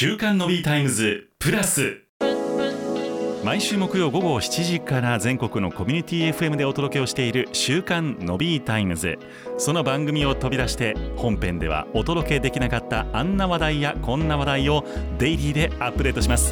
週刊の B タイムズプラス、毎週木曜午後7時から全国のコミュニティ FM でお届けをしている週刊の B タイムズ。その番組を飛び出して本編ではお届けできなかったあんな話題やこんな話題をデイリーでアップデートします。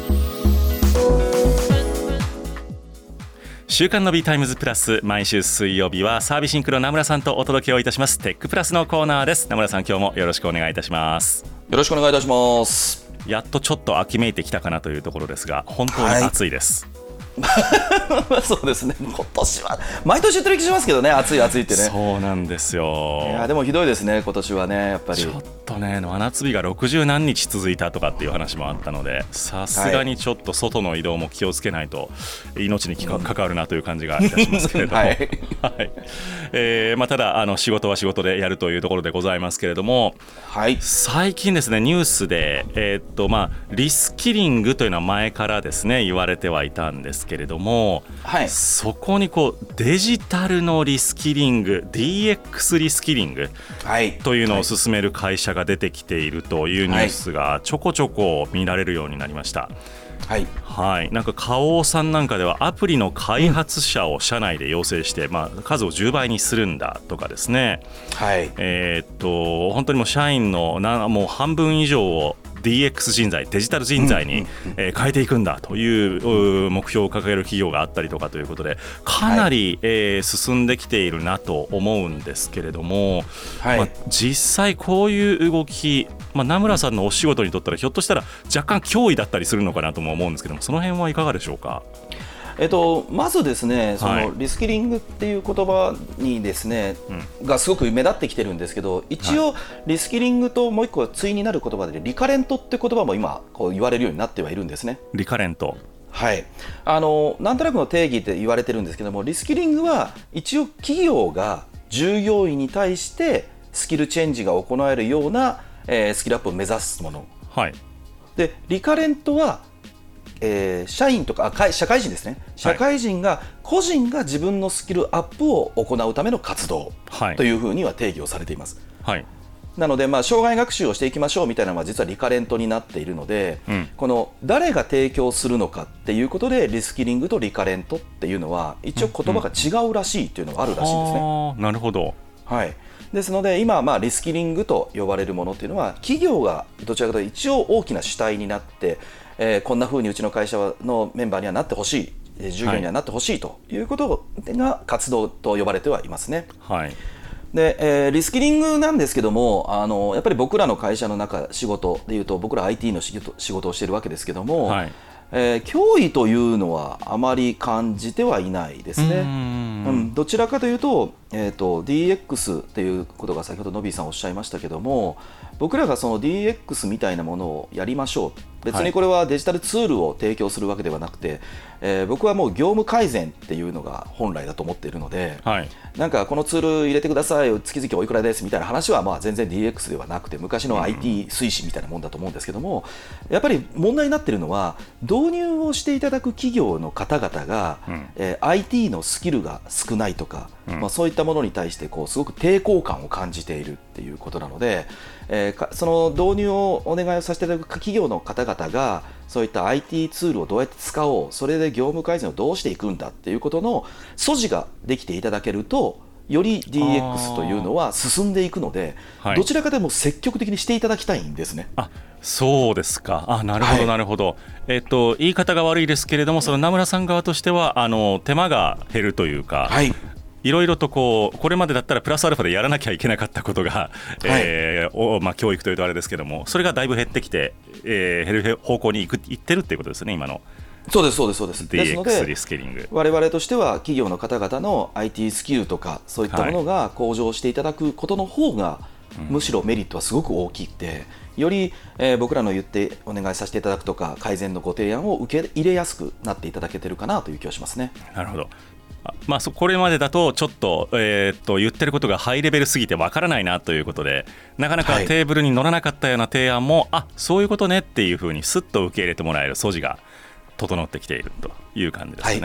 週刊の B タイムズプラス、毎週水曜日はサービスシンクロ名村さんとお届けをいたしますテックプラスのコーナーです。名村さん、今日もよろしくお願いいたします。 よろしくお願いいたします。 やっとちょっと秋めいてきたかなというところですが、本当に暑いです、 そうですね、今年は毎年言ってる気しますけどね、暑い暑いってね。 そうなんですよ。 いやでもひどいですね、今年はね。やっぱりちょっとね、真夏日が60何日続いたとかっていう話もあったので、さすがにちょっと外の移動も気をつけないと命に関わるなという感じがいたしますけれども、はいただ仕事は仕事でやるというところでございますけれども、はい、最近ですね、ニュースで、リスキリングというのは前からですね言われてはいたんですけれども、はい、そこにデジタルのリスキリング DX リスキリングというのを進める会社が出てきているというニュースがちょこちょこ見られるようになりました。はいはい、なんか花王さんなんかではアプリの開発者を社内で養成して、数を10倍にするんだとかですね、はい、本当にもう社員のもう半分以上をDX 人材、デジタル人材に変えていくんだという目標を掲げる企業があったりとかということで、かなり進んできているなと思うんですけれども、実際こういう動き、名村さんのお仕事にとったらひょっとしたら若干脅威だったりするのかなとも思うんですけども、その辺はいかがでしょうか。 まずですね、そのリスキリングっていう言葉にですね、がすごく目立ってきてるんですけど、一応リスキリングともう一個対になる言葉でリカレントって言葉も今言われるようになってはいるんですね。 リカレント、 はい、なんとなくの定義って言われてるんですけども、リスキリングは一応企業が従業員に対してスキルチェンジが行えるような、スキルアップを目指すもの、はい、でリカレントは社員とか社会人ですね、社会人が個人が自分のスキルアップを行うための活動というふうには定義をされています、はい、なので生涯学習をしていきましょうみたいなのは実はリカレントになっているので、この誰が提供するのかっていうことでリスキリングとリカレントっていうのは一応言葉が違うらしいっていうのがあるらしいんですね。 なるほど、 はい、ですので今、リスキリングと呼ばれるものっていうのは企業がどちらかというと一応大きな主体になって、こんな風にうちの会社のメンバーにはなってほしい、従業員にはなってほしいということが活動と呼ばれてはいますね。はい、でリスキリングなんですけども、やっぱり僕らの会社の仕事でいうと僕ら IT の仕事をしているわけですけども、はい、脅威というのはあまり感じてはいないですね。どちらかというと、DX ということが先ほどノビーさんおっしゃいましたけども、僕らがその DX みたいなものをやりましょう、別にこれはデジタルツールを提供するわけではなくて、僕はもう業務改善っていうのが本来だと思っているので、はい、なんかこのツール入れてください、月々おいくらですみたいな話は全然 DX ではなくて昔の IT 推進みたいなもんだと思うんですけども、やっぱり問題になっているのは導入をしていただく企業の方々が、IT のスキルが少ないとか、そういったものに対してすごく抵抗感を感じているっていうことなので、その導入をお願いをさせていただく企業の方々がそういった IT ツールをどうやって使おう、それで業務改善をどうしていくんだっていうことの素地ができていただけると、より DX というのは進んでいくので、どちらかでも積極的にしていただきたいんですね。 そうですか。なるほどなるほど、言い方が悪いですけれども、その名村さん側としては手間が減るというか、いろいろとこれまでだったらプラスアルファでやらなきゃいけなかったことが、教育というとあれですけども、それがだいぶ減ってきて、減る方向にいってるっていうことですね、今の。 そうですそうですそうです。ですのでリスキリング、 我々としては企業の方々の IT スキルとかそういったものが向上していただくことの方が、むしろメリットはすごく大きくて、より、僕らの言ってお願いさせていただくとか改善のご提案を受け入れやすくなっていただけてるかなという気がしますね。 なるほど。これまでだとちょっと、言ってることがハイレベルすぎてわからないなということで、なかなかテーブルに乗らなかったような提案も、そういうことねっていうふうにスッと受け入れてもらえる素地が整ってきているという感じですね。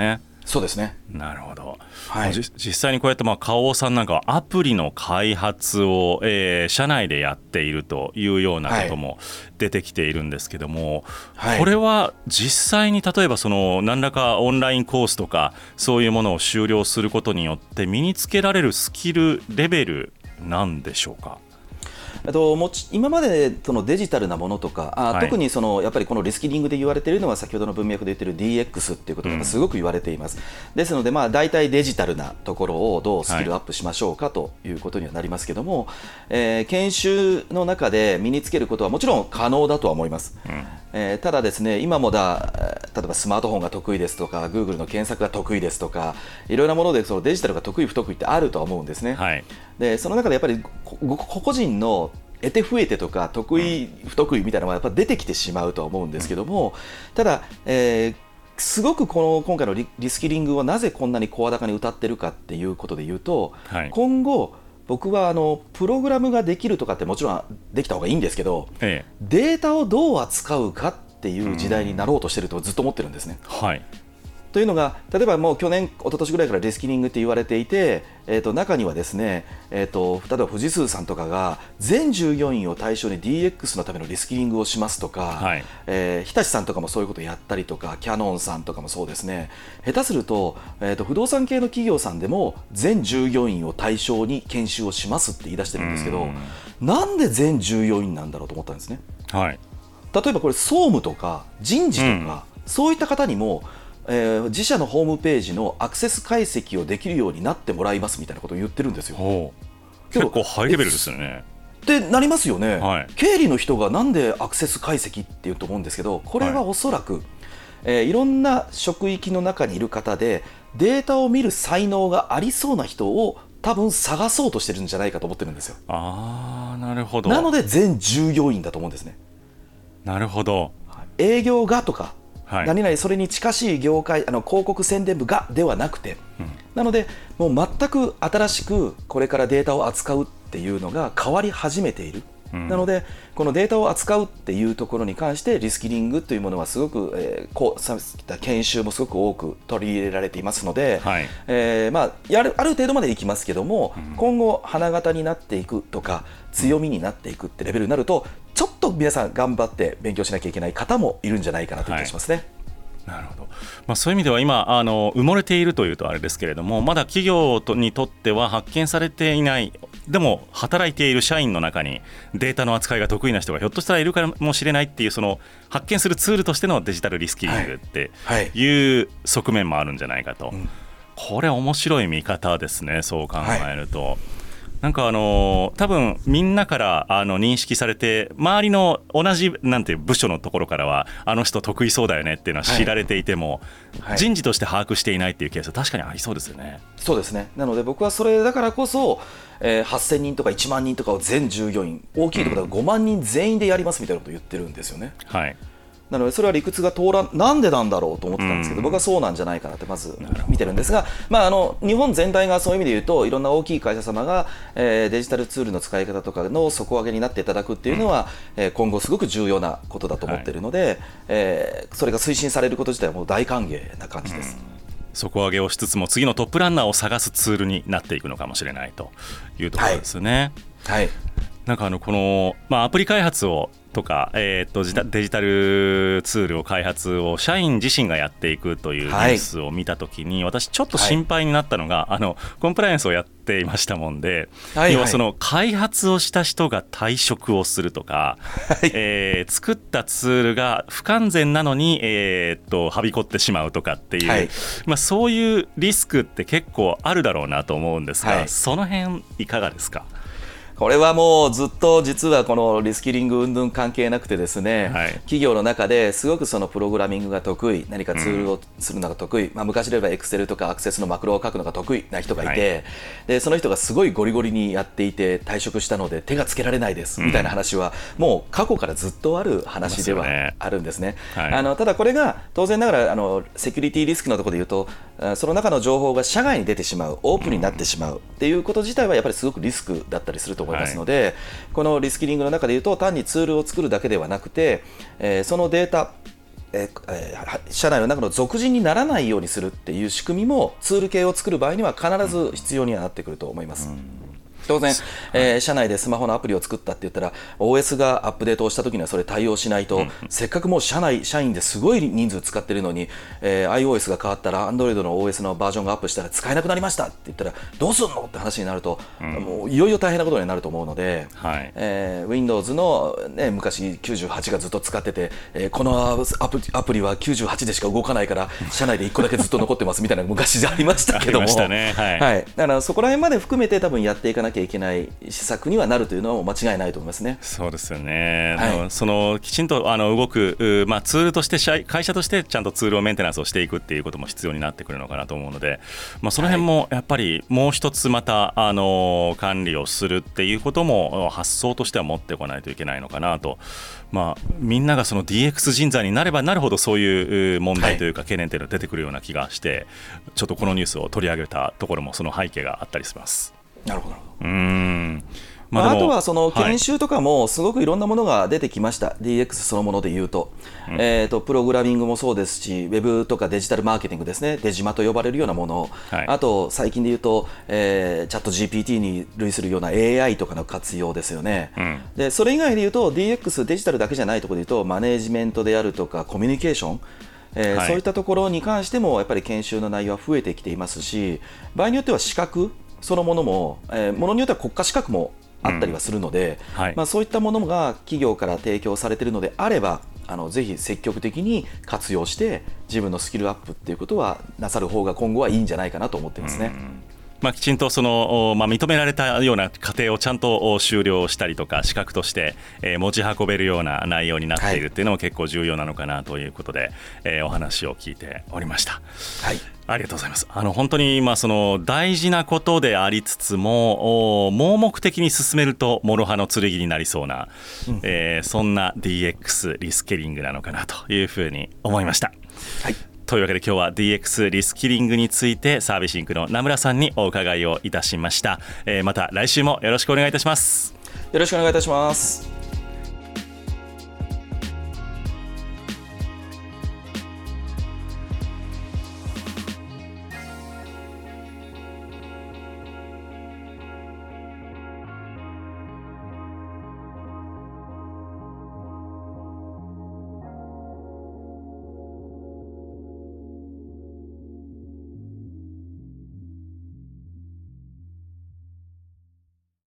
そうですね。 なるほど、 はい、 実際にこうやって花王さんなんかはアプリの開発を、社内でやっているというようなことも出てきているんですけども、これは実際に例えばその何らかオンラインコースとかそういうものを修了することによって身につけられるスキルレベルなんでしょうか。 今までそのデジタルなものとか、特にそのやっぱりこのリスキリングで言われているのは先ほどの文脈で言っている DX っていうことがすごく言われています、ですので大体デジタルなところをどうスキルアップしましょうかということにはなりますけども、研修の中で身につけることはもちろん可能だとは思います、ただですね、今も例えばスマートフォンが得意ですとか Google の検索が得意ですとかいろいろなものでそのデジタルが得意不得意ってあるとは思うんですね、でその中でやっぱり個々人の得手不得手とか得意不得意みたいなのがやっぱ出てきてしまうとは思うんですけども、ただ、すごく今回のリスキリングをなぜこんなに声高に歌ってるかっていうことで言うと、今後僕はプログラムができるとかってもちろんできた方がいいんですけど、データをどう扱うかっていう時代になろうとしてるとずっと思ってるんですね。というのが例えばもう去年一昨年ぐらいからリスキリングって言われていて、中にはですね、例えば富士通さんとかが全従業員を対象に DX のためのリスキリングをしますとか、日立さんとかもそういうことをやったりとかキヤノンさんとかもそうですね、下手すると、不動産系の企業さんでも全従業員を対象に研修をしますって言い出してるんですけど、なんで全従業員なんだろうと思ったんですね。例えばこれ総務とか人事とか、そういった方にも自社のホームページのアクセス解析をできるようになってもらいますみたいなことを言ってるんですよ。 結構ハイレベルですよね。 ってなりますよね、経理の人がなんでアクセス解析って言うと思うんですけど、これはおそらく、いろんな職域の中にいる方でデータを見る才能がありそうな人を多分探そうとしてるんじゃないかと思ってるんですよ。 なるほど。 なので全従業員だと思うんですね。 なるほど。 営業がとか何々それに近しい業界広告宣伝部がではなくて、なのでもう全く新しくこれからデータを扱うっていうのが変わり始めている、なのでこのデータを扱うっていうところに関してリスキリングというものはすごく、研修もすごく多く取り入れられていますので、ある程度までいきますけども、今後花形になっていくとか強みになっていくってレベルになるとちょっと皆さん頑張って勉強しなきゃいけない方もいるんじゃないかなという気がしますね。 なるほど。そういう意味では今埋もれているというとあれですけれども、まだ企業にとっては発見されていない、でも働いている社員の中にデータの扱いが得意な人がひょっとしたらいるかもしれないっていう、その発見するツールとしてのデジタルリスキリングっていう側面もあるんじゃないかと、これ面白い見方ですね。そう考えると、なんか多分みんなから認識されて、周りの同じなんていう部署のところからはあの人得意そうだよねっていうのは知られていても、人事として把握していないっていうケースは確かにありそうですよね。 そうですね。なので僕はそれだからこそ、8000人とか1万人とかを全従業員、大きいところでは5万人全員でやりますみたいなことを言ってるんですよね。なのでそれは理屈が通らん、なんでなんだろうと思ってたんですけど、僕はそうなんじゃないかなってまず見てるんですが、日本全体がそういう意味で言うといろんな大きい会社様が、デジタルツールの使い方とかの底上げになっていただくっていうのは、今後すごく重要なことだと思っているので、それが推進されること自体はもう大歓迎な感じです。 底上げをしつつも次のトップランナーを探すツールになっていくのかもしれないというところですよね。なんかこの、アプリ開発をとか、デジタルツールを開発を社員自身がやっていくというニュースを見たときに、私ちょっと心配になったのが、コンプライアンスをやっていましたもんで、要はその開発をした人が退職をするとか、作ったツールが不完全なのに、はびこってしまうとかっていう、そういうリスクって結構あるだろうなと思うんですが、その辺いかがですか？ これはもうずっと実はこのリスキリング云々関係なくてですね、企業の中ですごくそのプログラミングが得意、何かツールをするのが得意、昔で言えばエクセルとかアクセスのマクロを書くのが得意な人がいて、でその人がすごいゴリゴリにやっていて退職したので手がつけられないですみたいな話はもう過去からずっとある話ではあるんですね。ただこれが当然ながらセキュリティリスクのところで言うと、その中の情報が社外に出てしまう、オープンになってしまうっていうこと自体はやっぱりすごくリスクだったりすると思いますので、このリスキリングの中でいうと単にツールを作るだけではなくて、そのデータ社内の中の属人にならないようにするっていう仕組みもツール系を作る場合には必ず必要にはなってくると思います。当然、社内でスマホのアプリを作ったって言ったら OS がアップデートをしたときにはそれ対応しないと、せっかくもう社員ですごい人数使ってるのに、iOS が変わったら Android の OS のバージョンがアップしたら使えなくなりましたって言ったらどうすんのって話になると、もういよいよ大変なことになると思うので、Windows の、昔98がずっと使ってて、このアプリは98でしか動かないから社内で1個だけずっと残ってますみたいな昔じゃありましたけどもだからそこら辺まで含めて多分やっていかなきゃいけない施策にはなるというのは間違いないと思いますね。 そうですよね、そのきちんと動く、ツールとして会社としてちゃんとツールをメンテナンスをしていくっていうことも必要になってくるのかなと思うので、その辺もやっぱりもう一つまた管理をするっていうことも発想としては持ってこないといけないのかなと、みんながその DX 人材になればなるほどそういう問題というか懸念というのが出てくるような気がして、ちょっとこのニュースを取り上げたところもその背景があったりします。 なるほど。あとはその研修とかもすごくいろんなものが出てきました、DX そのものでいうと、プログラミングもそうですし、ウェブとかデジタルマーケティングですね、デジマと呼ばれるようなもの、あと最近でいうと、チャット GPT に類するような AI とかの活用ですよね。でそれ以外でいうと DX デジタルだけじゃないところでいうとマネージメントであるとかコミュニケーション、そういったところに関してもやっぱり研修の内容は増えてきていますし、場合によっては資格そのものも、ものによっては国家資格もあったりはするので、そういったものが企業から提供されているのであれば、ぜひ積極的に活用して自分のスキルアップっていうことはなさる方が今後はいいんじゃないかなと思っていますね。 きちんとその、認められたような過程をちゃんと終了したりとか資格として、持ち運べるような内容になっているっていうのも結構重要なのかなということで、お話を聞いておりました。ありがとうございます。本当にその大事なことでありつつも盲目的に進めると諸刃の剣になりそうな、そんな DX リスキリングなのかなというふうに思いました。というわけで今日は DX リスキリングについてサービスインクの名村さんにお伺いをいたしました。また来週もよろしくお願いいたします。 よろしくお願いいたします。